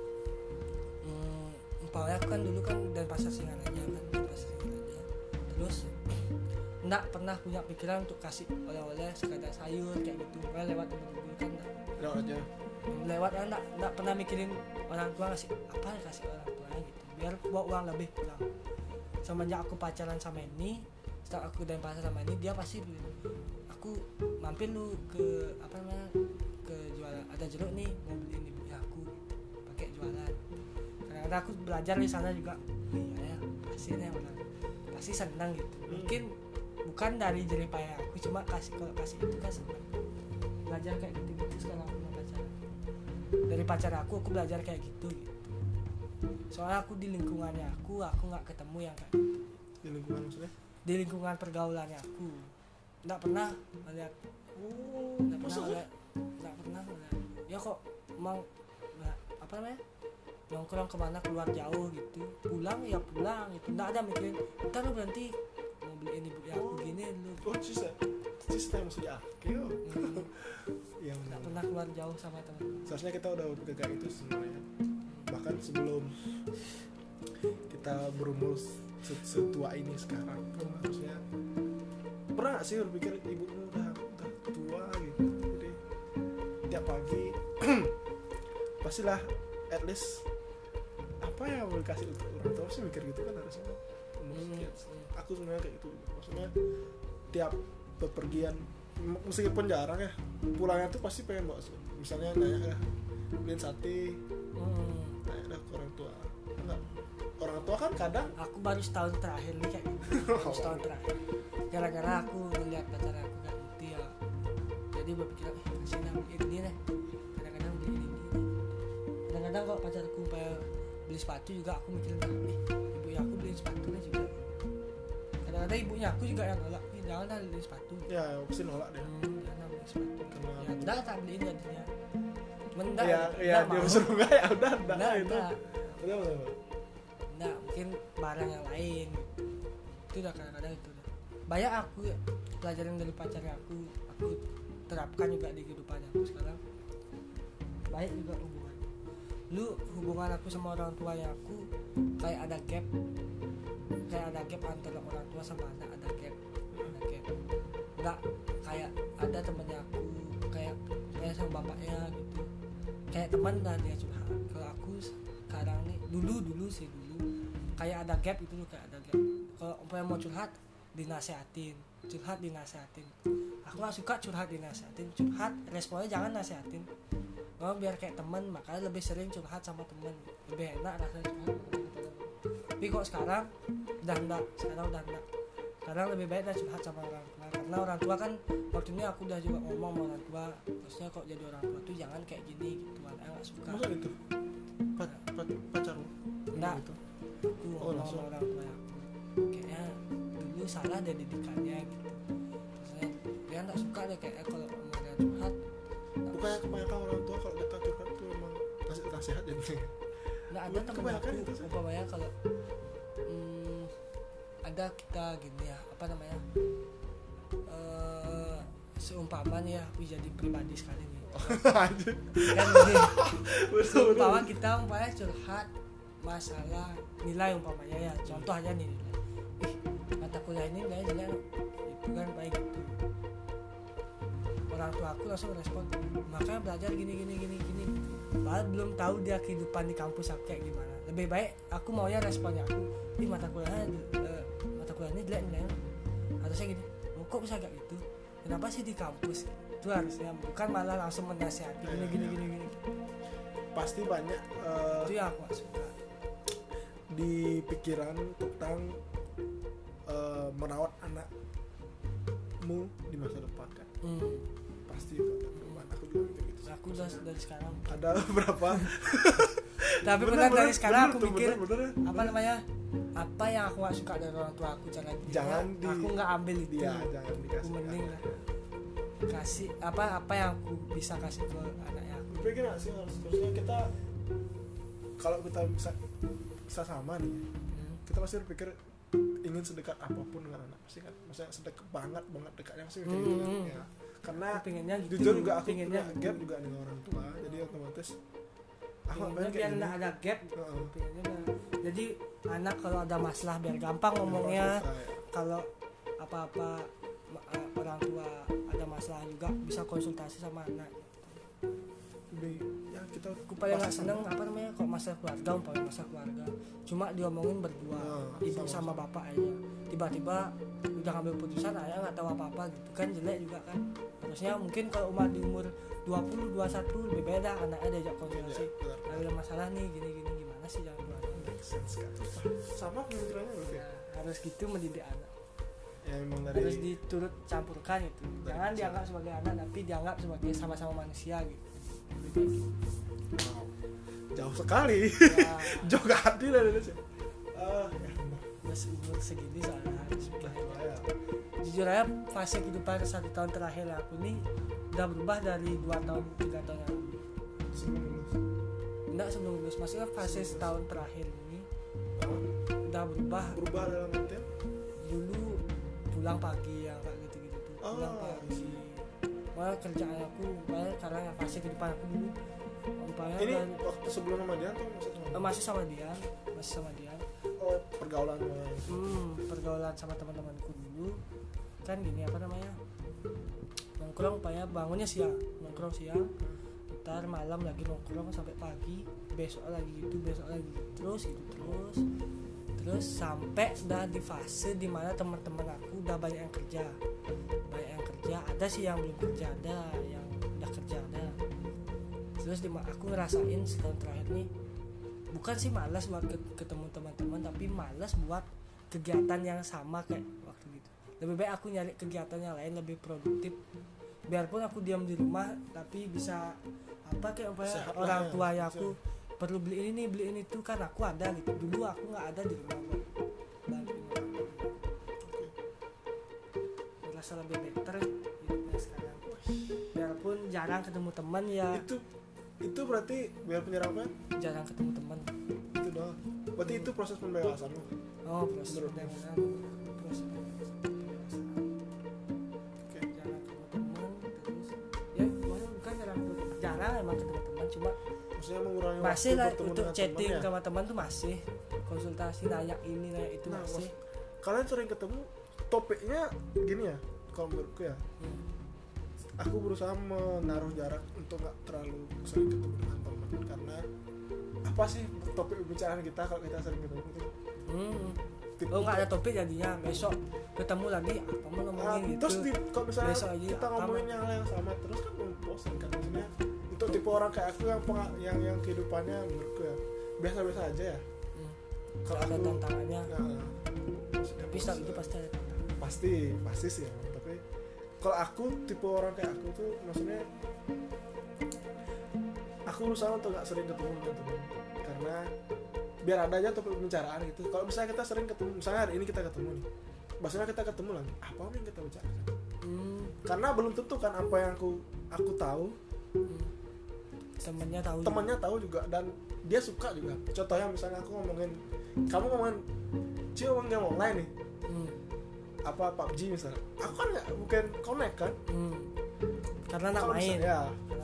hmm, umpamanya aku kan dulu kan dari pasar Singalanya kan, dari pasar Singalanya terus enggak pernah punya pikiran untuk kasih oleh-oleh sekadar sayur kayak gitu, kan lewat dulu kan enggak, Lewat aja. lewat enggak, enggak pernah mikirin orang tua ngasih apa ya, kasih orang tua gitu biar bawa uang lebih pulang. Semenjak aku pacaran sama ini, setelah aku dan pasar sama ini, dia pasti bilang, aku mampir lu ke apa namanya ke jualan, ada jeruk nih mau beliin ibu aku pakai jualan. Kadang-kadang aku belajar di sana juga, iya ya pasti nih orang pasti senang gitu. Mungkin bukan dari jerih payah aku, cuma kasih kalau kasih itu kan senang. Belajar kayak gitu-gitu sekarang aku mau pacaran. Dari pacar aku aku belajar kayak gitu gitu. Soalnya aku di lingkungannya aku, aku nggak ketemu yang kayak gitu. Di lingkungan maksudnya? Di lingkungan pergaulannya aku nggak pernah melihat, Oh, nggak pernah maksudnya? melihat, nggak pernah melihat. Ya kok emang nggak apa namanya nongkrong kemana keluar jauh gitu, pulang ya pulang gitu, nggak ada mikirin ntar lu berhenti mau beliin ibu ya aku gini lu. Oh, sisa. Sisa maksudnya. Oke, oh. Hmm, Yang nggak pernah keluar jauh sama teman. seharusnya kita udah kayak itu sebenarnya. Bahkan sebelum kita berumur setua ini sekarang, harusnya pernah gak sih berpikir ibumu udah udah tua gitu, jadi tiap pagi pastilah at least apa yang mau dikasih untuk orang tua sih, mikir gitu kan harusnya. Hmm. Aku sebenarnya kayak gitu, maksudnya tiap bepergian meskipun jarang ya, pulangnya tuh pasti pengen bawa, misalnya nanya ya beliin sate, Hmm. nanya ke orang tua. Enggak, orang tua kan kadang Aku baru setahun terakhir nih kayak gitu. Baru setahun terakhir gara-gara aku ngeliat pacar aku gak gitu ya, jadi berpikir eh kasih nah beli ini deh, kadang-kadang beli ini kadang-kadang kalau pacarku pengen beli sepatu juga aku mikirin ah eh ibu aku beliin sepatu nih juga, kadang-kadang ibunya aku juga yang nolak, eh jangan dah beli sepatu, ya pasti nolak deh. hmm, jangan beli sepatu, Karena ya udah tak beliin jadinya, mendak ya ya dia suruh enggak ya udah enggak enggak itu enggak udah udah enggak mungkin barang yang lain gitu. Itu udah kadang-kadang itu udah banyak aku pelajaran dari pacarnya aku aku terapkan juga di kehidupan aku sekarang, baik juga hubungan lu hubungan aku sama orang tua yang aku kayak ada gap, kayak ada gap antara orang tua sama anak, ada gap ada gap nggak kayak ada temennya aku kayak kayak sama bapaknya gitu, kayak teman dan dia curhat. Kalau aku sekarang nih dulu dulu sih dulu kayak ada gap itu loh, kayak ada gap. Kalau umpamanya mau curhat dinasehatin, curhat dinasehatin. Aku nggak suka curhat dinasehatin, curhat responnya jangan nasehatin. Oh biar kayak teman, makanya lebih sering curhat sama teman, lebih enak rasanya curhat sama teman. Tapi kok sekarang udah enggak, sekarang udah enggak. Sekarang lebih baik dah curhat sama orang tua, karena orang tua kan waktu ini aku udah juga ngomong sama orang tua, terusnya kok jadi orang tua tuh jangan kayak gini gitu, saya nggak suka. masa gitu Pac, pac, pacarmu Enggak. gitu. Aku Oh, ngomong langsung. sama orang tua aku kayaknya dulu salah deh didikannya gitu, terusnya dia nggak suka deh kayaknya kalau omongnya curhat. Bukannya kebanyakan orang tua kalau kita curhat tuh emang ngasih nasihat jadinya. Nggak ada Bukan temen kebanyakan aku itu sih. umpamanya kalau hmm, ada kita gini ya apa namanya uh, seumpama nih ya aku jadi pribadi sekali nih, kan gini. Umpama kita umpamanya curhat masalah nilai umpamanya ya, contoh aja nih, ih mata kuliah ini nilai jelek itu kan baik gitu, orang tua aku langsung respon makanya belajar gini gini gini gini, padahal belum tahu dia kehidupan di kampus kayak gimana. Lebih baik aku maunya responnya aku, ih mata kuliahnya uh, mata kuliah ini jelek nilainya, harusnya gini, oh, kok bisa kayak gitu, kenapa sih di kampus itu harusnya, bukan malah langsung menasihati gini gini gini gini. Pasti banyak uh, itu yang aku gak suka di pikiran tentang uh, merawat anakmu di masa depan kan. Hmm. Pasti itu teman aku juga mikir gitu. Aku udah dari sekarang. Ada berapa? Tapi benar dari sekarang bener, aku tuh, mikir bener, bener. apa namanya? Apa yang aku gak suka dari orang tua aku, jangan jangan dia, aku nggak ambil itu. Dia, jangan dikasih. Aku mending lah kasih apa apa yang aku bisa kasih ke anaknya aku. Pikir nggak sih harusnya kita kalau kita bisa bisa sama nih, hmm. kita pasti berpikir ingin sedekat apapun dengan anak pasti kan, maksudnya sedekat banget banget dekatnya pasti kayak hmm. gitu ya. Karena pengennya gitu, jujur juga aku pengennya punya gap juga dengan orang tua, jadi otomatis aku pengennya biar nggak ada gap. Uh-uh. Pengennya jadi anak kalau ada masalah biar gampang ngomongnya, kalau apa-apa orang tua ada masalah juga bisa konsultasi sama anak. Lebih ya kita aku paling nggak seneng apa namanya kok masalah keluarga, umpamanya masalah keluarga cuma diomongin berdua, nah, ibu sama, sama bapak aja, tiba-tiba udah ngambil putusan ayah nggak tahu apa-apa gitu kan, jelek juga kan. Harusnya mungkin kalau umur di umur dua puluh, dua puluh satu lebih beda, anaknya diajak konsultasi, ya, ada masalah nih gini-gini gimana sih, jangan keluarga. Sama pemikirannya berarti ya, harus gitu mendidik anak ya, memang dari harus diturut campurkan gitu, jangan bisa dianggap sebagai anak tapi dianggap sebagai sama-sama manusia gitu. Wow, jauh sekali ya. Jauh gak adil lah Indonesia. Uh, ya. Mas umur segini soalnya harus ya. Jujur aja fase kehidupan satu tahun terakhir aku nih udah berubah dari dua tahun tiga tahun yang lalu. Sebelum lulus? Enggak sebelum lulus, maksudnya fase sebelum setahun lulus. Terakhir ini oh. udah berubah. Berubah dalam artian? Dulu pulang pagi ya kayak gitu-gitu tuh. Oh. Pulang pagi. Malah kerjaan aku, malah karena fase kehidupan aku dulu. Umpamanya ini dan, waktu sebelum sama dia atau masih sama? Masih sama dia, masih sama dia. Oh, pergaulan. Hmm, pergaulan sama teman-temanku dulu. Kan gini apa namanya? Nongkrong umpamanya bangunnya siang, nongkrong siang. Ntar malam lagi nongkrong sampai pagi, besok lagi gitu, besok lagi gitu. Terus gitu terus. Terus sampai udah di fase dimana teman-teman aku udah banyak yang kerja. Banyak yang kerja, ada sih yang belum kerja, ada yang udah kerja ada. Terus dimana aku ngerasain setahun terakhir nih, bukan sih malas buat ketemu teman-teman, tapi malas buat kegiatan yang sama kayak waktu gitu. Lebih baik aku nyari kegiatan yang lain lebih produktif. Biarpun aku diam di rumah, tapi bisa apa kayak umpamanya orang tua ya aku Siap. perlu beli ini nih, beli ini tuh kan aku ada gitu. Dulu aku nggak ada di rumah. Merasa lebih better hidupnya sekarang. Biarpun jarang ketemu teman ya. Itu itu berarti biarpun jarang apa? Jarang ketemu teman. Itu doang. Berarti itu proses pembebasan lo. Oh, proses pembebasan. Proses pembebasan. Oke. Jarang ketemu teman terus. Ya, maksudnya bukan jarang jarang emang ketemu teman, cuma maksudnya mengurangi masih waktu lah bertemu untuk chatting teman, ya? sama teman tuh masih, konsultasi nanya ini nanya itu nah, masih. Kalian sering ketemu, topiknya gini ya, kalau menurutku ya. Hmm. Aku berusaha menaruh jarak untuk gak terlalu sering ketemu dengan teman, karena apa sih topik pembicaraan kita kalau kita sering ketemu gitu? Hmm. Oh nggak ada topik jadinya, besok ketemu lagi apa mau ngomongin nah, gitu. Terus di, kalau misalnya kita ngomongin yang yang sama terus kan bosan kan, maksudnya untuk tipe orang kayak aku yang penga, yang yang kehidupannya menurutku ya biasa-biasa aja ya. Hmm. Kalau ada aku, tantangannya. Nah, tapi saat itu pasti ada tantangan. Pasti, pasti sih ya. Tapi kalau aku tipe orang kayak aku tuh maksudnya aku berusaha untuk gak sering ketemu dengan teman, karena biar ada aja topik pembicaraan gitu. Kalau misalnya kita sering ketemu, misalnya hari ini kita ketemu nih, maksudnya kita ketemu lagi, apa yang kita bicarakan? Hmm. Karena belum tentu kan apa yang aku aku tahu, hmm. temennya tahu, temennya tahu juga dan dia suka juga. Contohnya misalnya aku ngomongin, kamu ngomongin, Cio ngomongin game online nih, hmm. apa P U B G misalnya, aku kan nggak bukan connect kan? Hmm. Karena nak main. Misalnya, ya, karena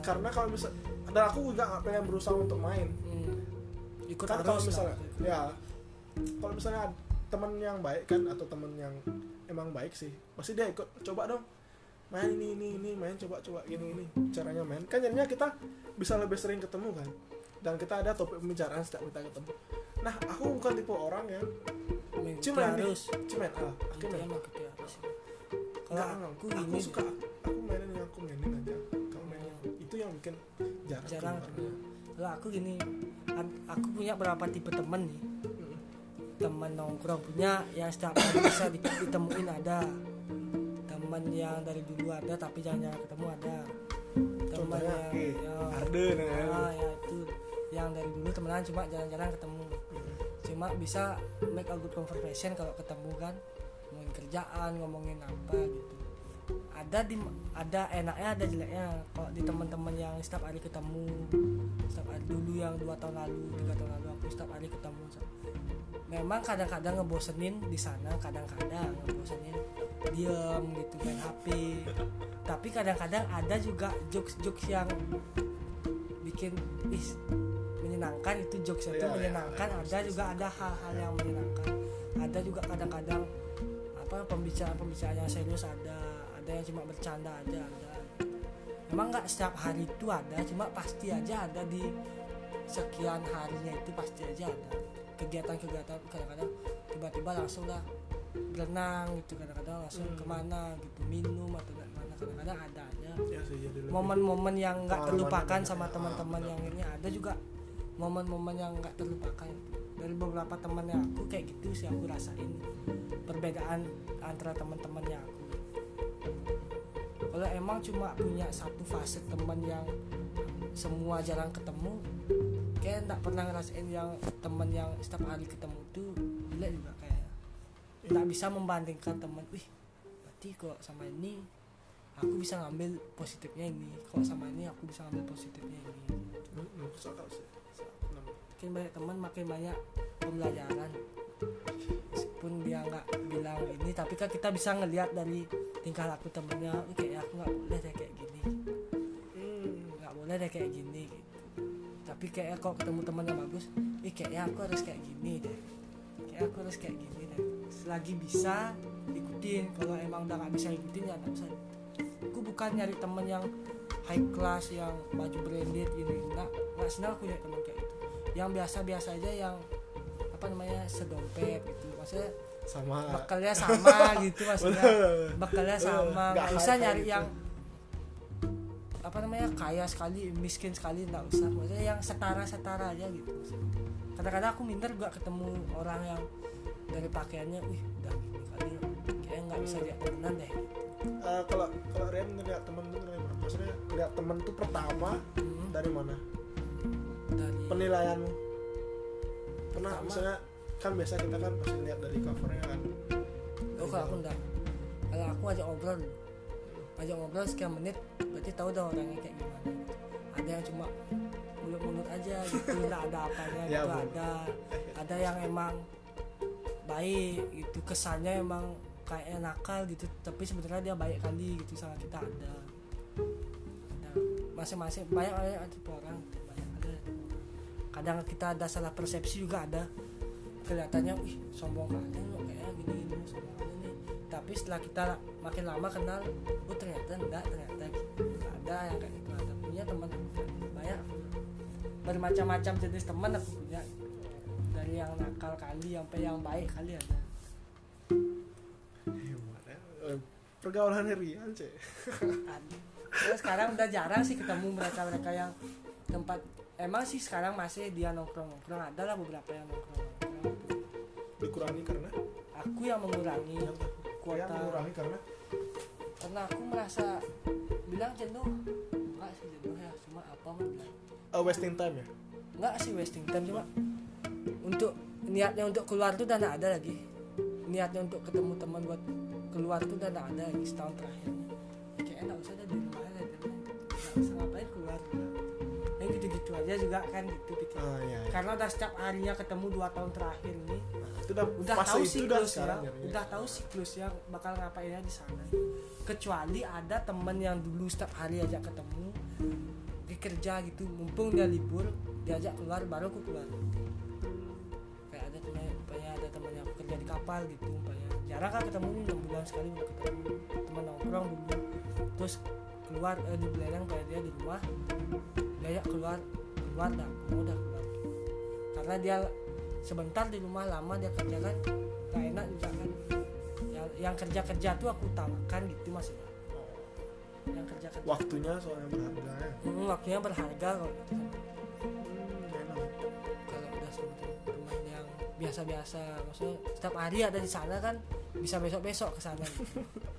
karena kalau misal dan aku juga nggak pengen berusaha untuk main hmm. ikut kan arus kalau misalnya lah. ya kalau misalnya teman yang baik kan atau teman yang emang baik sih pasti dia ikut coba dong main ini ini ini main coba coba gini ini caranya main kan jadinya kita bisa lebih sering ketemu kan dan kita ada topik pembicaraan setiap kita ketemu. Nah aku bukan tipe orang yang cuma harus cuma ah aku main kalau aku gini aku suka aku mainin yang aku mainin aja kamu mainin itu yang bikin jarang jarang kalau aku gini aku punya berapa tipe temen nih hmm. teman nongkrong punya yang setiap hari bisa ditemuin ada teman yang dari dulu ada tapi jarang ketemu ada teman yang okay. ya, Arden ah, ya itu yang dari dulu temenan cuma jarang-jarang ketemu hmm. cuma bisa make a good conversation kalau ketemu kan ngomongin kerjaan ngomongin apa gitu ada di ada enaknya ada jeleknya kalau di teman-teman yang setiap hari ketemu setiap hari dulu yang dua tahun lalu tiga tahun lalu aku setiap hari ketemu memang kadang-kadang ngebosenin di sana kadang-kadang ngebosenin diam gitu main H P tapi kadang-kadang ada juga jokes-jokes yang bikin is menyenangkan itu jokes itu ya, menyenangkan ya, ada juga ada hal-hal yang menyenangkan ada juga kadang-kadang apa pembicaraan-pembicaraan yang serius ada ada yang cuma bercanda aja ada memang nggak setiap hari itu ada cuma pasti aja ada di sekian harinya itu pasti aja ada kegiatan-kegiatan kadang-kadang tiba-tiba langsung lah berenang gitu kadang-kadang langsung hmm. kemana gitu minum atau mana kadang-kadang ada aja ya, sih, momen-momen yang nggak terlupakan sama teman-teman yang ini ada juga momen-momen yang nggak terlupakan dari beberapa temannya aku kayak gitu sih aku rasain perbedaan antara teman-temannya aku kalau emang cuma punya satu fase teman yang semua jarang ketemu kayak nggak pernah ngerasain yang teman yang setiap hari ketemu tuh gila juga kayak nggak bisa membandingkan teman wih berarti kok sama ini aku bisa ngambil positifnya ini kalau sama ini aku bisa ngambil positifnya ini makin banyak teman makin banyak pembelajaran meskipun dia nggak bilang ini tapi kan kita bisa ngelihat dari tingkah laku temennya kayak aku nggak boleh deh kayak gini nggak hmm. boleh deh kayak gini gitu. Tapi kayak kalau ketemu teman yang bagus ih kayaknya aku harus kayak gini deh kayak aku harus kayak gini deh selagi bisa ikutin kalau emang udah nggak bisa ikutin ya nggak usah. Aku bukan nyari teman yang high class yang baju branded gini nggak nggak senang aku nyari teman kayak gitu yang biasa-biasa aja yang apa namanya sedompet gitu maksudnya sama bekalnya sama gitu maksudnya bekalnya sama nggak usah nyari gitu. Yang apa namanya kaya sekali miskin sekali nggak usah maksudnya yang setara-setara aja gitu kadang-kadang aku minder juga ketemu orang yang dari pakaiannya wih udah gini kali kayaknya nggak bisa lihat temenan deh uh, kalau kalau Rian ngeliat temen tuh dari mana maksudnya ngeliat temen tuh pertama hmm. dari mana dari penilaianmu pernah pertama, misalnya kan biasa kita kan pasti lihat dari covernya kan oh kalau aku enggak kalau aku ajak ngobrol ajak ngobrol sekian menit berarti tahu dah orangnya kayak gimana ada yang cuma mulut-mulut aja gitu nggak ada apanya gitu ya, ada ada yang emang baik gitu kesannya emang kayak nakal gitu tapi sebenarnya dia baik kali gitu sama kita ada ada masing-masing banyak ada tipe orang banyak ada kadang kita ada salah persepsi juga ada kelihatannya wih sombong kali lo kayak gini gini sombong kali nih tapi setelah kita makin lama kenal oh ternyata enggak ternyata gitu ada yang kayak gitu ada punya teman banyak bermacam-macam jenis teman aku punya dari yang nakal kali sampai yang baik kali ada pergaulan Rian cek nah, sekarang udah jarang sih ketemu mereka-mereka yang tempat emang sih sekarang masih dia nongkrong-nongkrong ada lah beberapa yang nongkrong-nongkrong dikurangi karena aku yang mengurangi ya, kuota yang mengurangi karena karena aku merasa bilang jenuh enggak sih jenuh ya cuma apa bilang uh, wasting time ya enggak sih wasting time cuma untuk niatnya untuk keluar tuh udah gak ada lagi niatnya untuk ketemu teman buat keluar tuh udah gak ada lagi setahun terakhir kayaknya gak usah ada di rumah aja gak usah ngapain keluar ya gitu-gitu aja juga kan gitu pikir oh, iya, iya. karena udah setiap harinya ketemu dua tahun terakhir ini nah, udah, udah tahu siklusnya udah tahu siklusnya bakal ngapainnya di sana kecuali ada temen yang dulu setiap hari aja ketemu kerja gitu, mumpung dia libur diajak keluar baru aku keluar. Kayak ada teman, umpamanya ada temannya aku kerja di kapal gitu, umpamanya jarang kan ketemu, enam bulan sekali udah ketemu, teman nongkrong dulu, terus keluar eh, di belerang kayak dia di rumah, diajak keluar keluar dah, mau udah keluar, karena dia sebentar di rumah lama dia kerja kan gak enak juga kan, yang, yang kerja kerja tuh aku utamakan gitu maksudnya, yang kerja kerja waktunya soalnya berharga ya. hmm, waktunya berharga kalau gitu. Hmm, enak. Kalau udah sama teman yang biasa-biasa, maksudnya setiap hari ada di sana kan, bisa besok-besok ke sana gitu.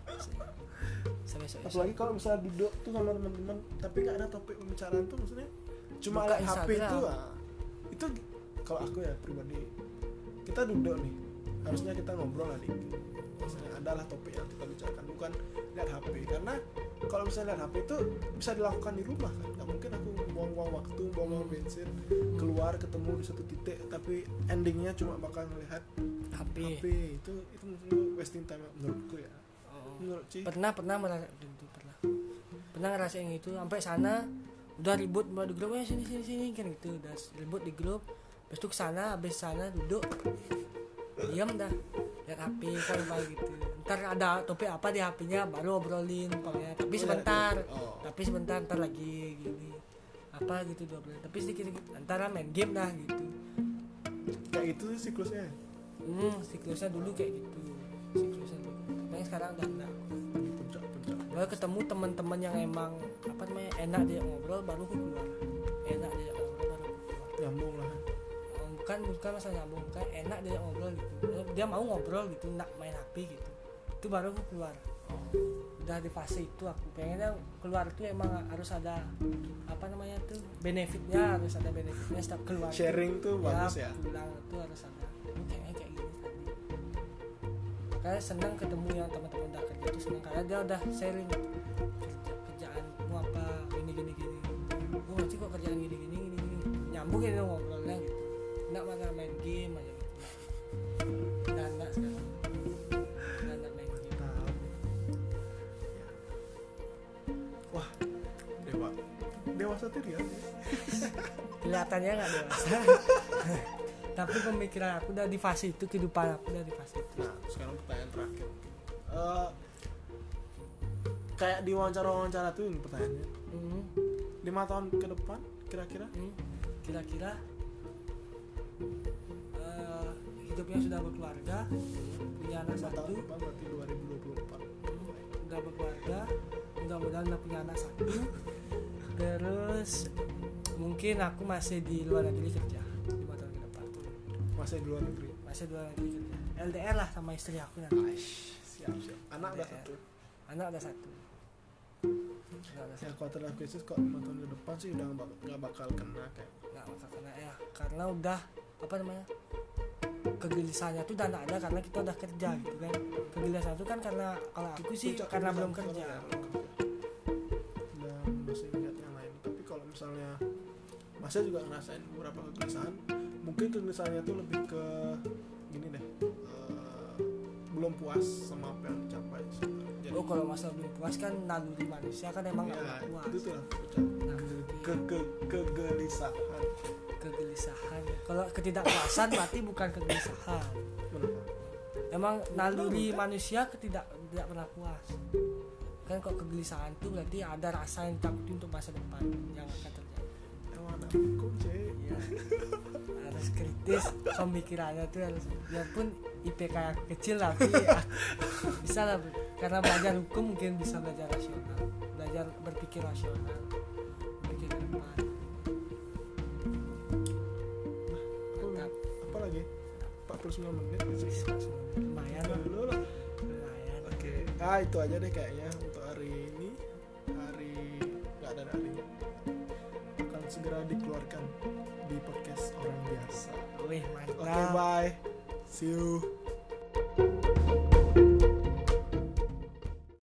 Bisa besok-besok. Apalagi kalau misalnya duduk tuh sama teman-teman tapi nggak ada topik pembicaraan tuh, maksudnya cuma Buka lihat H P Instagram. itu ah. Itu kalau aku ya pribadi, kita duduk nih harusnya kita ngobrol lah dikit, maksudnya adalah topik yang kita bicarakan, bukan lihat H P. Karena kalau misalnya lihat H P itu bisa dilakukan di rumah kan, nggak mungkin aku buang-buang waktu, buang-buang bensin keluar ketemu di satu titik tapi endingnya cuma bakal ngelihat H P. H P. Itu itu menurut wasting time menurutku ya. Oh. Menurut Ci. Pernah pernah merasa itu pernah. Pernah ngerasain itu sampai sana udah ribut di grup, ya sini sini sini kan gitu, udah ribut di grup. Habis itu kesana, habis sana duduk diam dah lihat H P kan kayak gitu. Ntar ada topik apa di H P-nya baru obrolin umpamanya, tapi sebentar, Oh. tapi sebentar ntar lagi gini apa gitu dua bulan, tapi sedikit-sedikit antara main game dah gitu. Kayak itu sih siklusnya. Hmm, siklusnya dulu kayak gitu, siklusnya dulu. Tapi sekarang udah enggak. Di puncak-puncak. Baru ketemu teman-teman yang emang apa namanya enak dia ngobrol baru aku keluar, enak dia ngobrol baru aku keluar. Nyambung lah. Bukan bukan masalah nyambung, kan enak dia ngobrol gitu, dia mau ngobrol gitu, nak main H P gitu, itu baru aku keluar. Udah di fase itu aku pengennya keluar tuh emang harus ada apa namanya tuh benefitnya, harus ada benefitnya setiap keluar Sharing tuh bagus ya. pulang tuh harus ada. Ini kayaknya kayak gini tadi, makanya senang ketemu yang teman-teman udah kerja tuh senang karena dia udah sharing kerja kerjaanmu apa gini gini gini, oh nanti kok kerjaan gini gini gini gini, nyambung ya ngobrolnya gitu, nggak malah main game aja gitu. Dan nggak sekarang dan nggak main game. Nah, ya. Wah, dewa, dewasa tuh dia. Kelihatannya nggak dewasa tapi pemikiran aku udah di fase itu, kehidupan aku udah di fase itu. Nah, sekarang pertanyaan terakhir. Uh, kayak di wawancara-wawancara tuh ini pertanyaannya. hmm. Lima tahun ke depan kira-kira? Hmm. Kira-kira uh, hidupnya sudah berkeluarga, punya anak Lima satu, tahun depan berarti dua ribu dua puluh empat. hmm, udah berkeluarga, mudah-mudahan udah punya anak satu, terus mungkin aku masih di luar negeri kerja lima tahun ke depan, Masih di luar negeri. masih di luar negeri kerja, L D R lah sama istri aku nanti. Aish, siap siap. Anak udah L D R. satu. Anak ada satu. Anak ada Ya satu. quarter life crisis kok lima tahun ke depan sih udah nggak bak- nggak bakal kena kayak. Nggak bakal kena ya, karena udah apa namanya, kegelisahannya tuh udah nggak ada karena kita udah kerja gitu kan. Kegelisahan itu kan karena kalau aku sih Puncak karena kegelisahan belum sekarang kerja. ya, belum kerja. Dan masih ingat yang lain. Tapi kalau misalnya masih juga ngerasain beberapa kegelisahan, mungkin kegelisahannya tuh lebih ke gini deh, eh, belum puas sama apa yang dicapai. Jadi, Oh kalau masalah belum puas kan naluri manusia kan emang nggak ya, pernah puas. itu tuh lah puncak. ke ke kegelisahan. Kegelisahan. Kalau ketidakpuasan berarti bukan kegelisahan. Kenapa? Emang naluri Betul, kan? manusia ketidak tidak pernah puas. Kan kok kegelisahan tuh berarti ada rasa yang ditakuti untuk masa depan yang akan terjadi. Emang ada hukum sih. Iya. Harus kritis pemikirannya tuh harus. Biarpun I P K aku kecil tapi ah, bisa lah, karena belajar hukum mungkin bisa belajar rasional, belajar berpikir rasional, berpikir ke depan. Mantap. Apa lagi? empat puluh sembilan menit. Lumayan lah. Dulu lah. Lumayan. Oke. Ah itu aja deh kayaknya untuk hari ini. Hari nggak ada harinya. Akan segera dikeluarkan di podcast orang biasa. Wih mantap. Oke, bye. See you.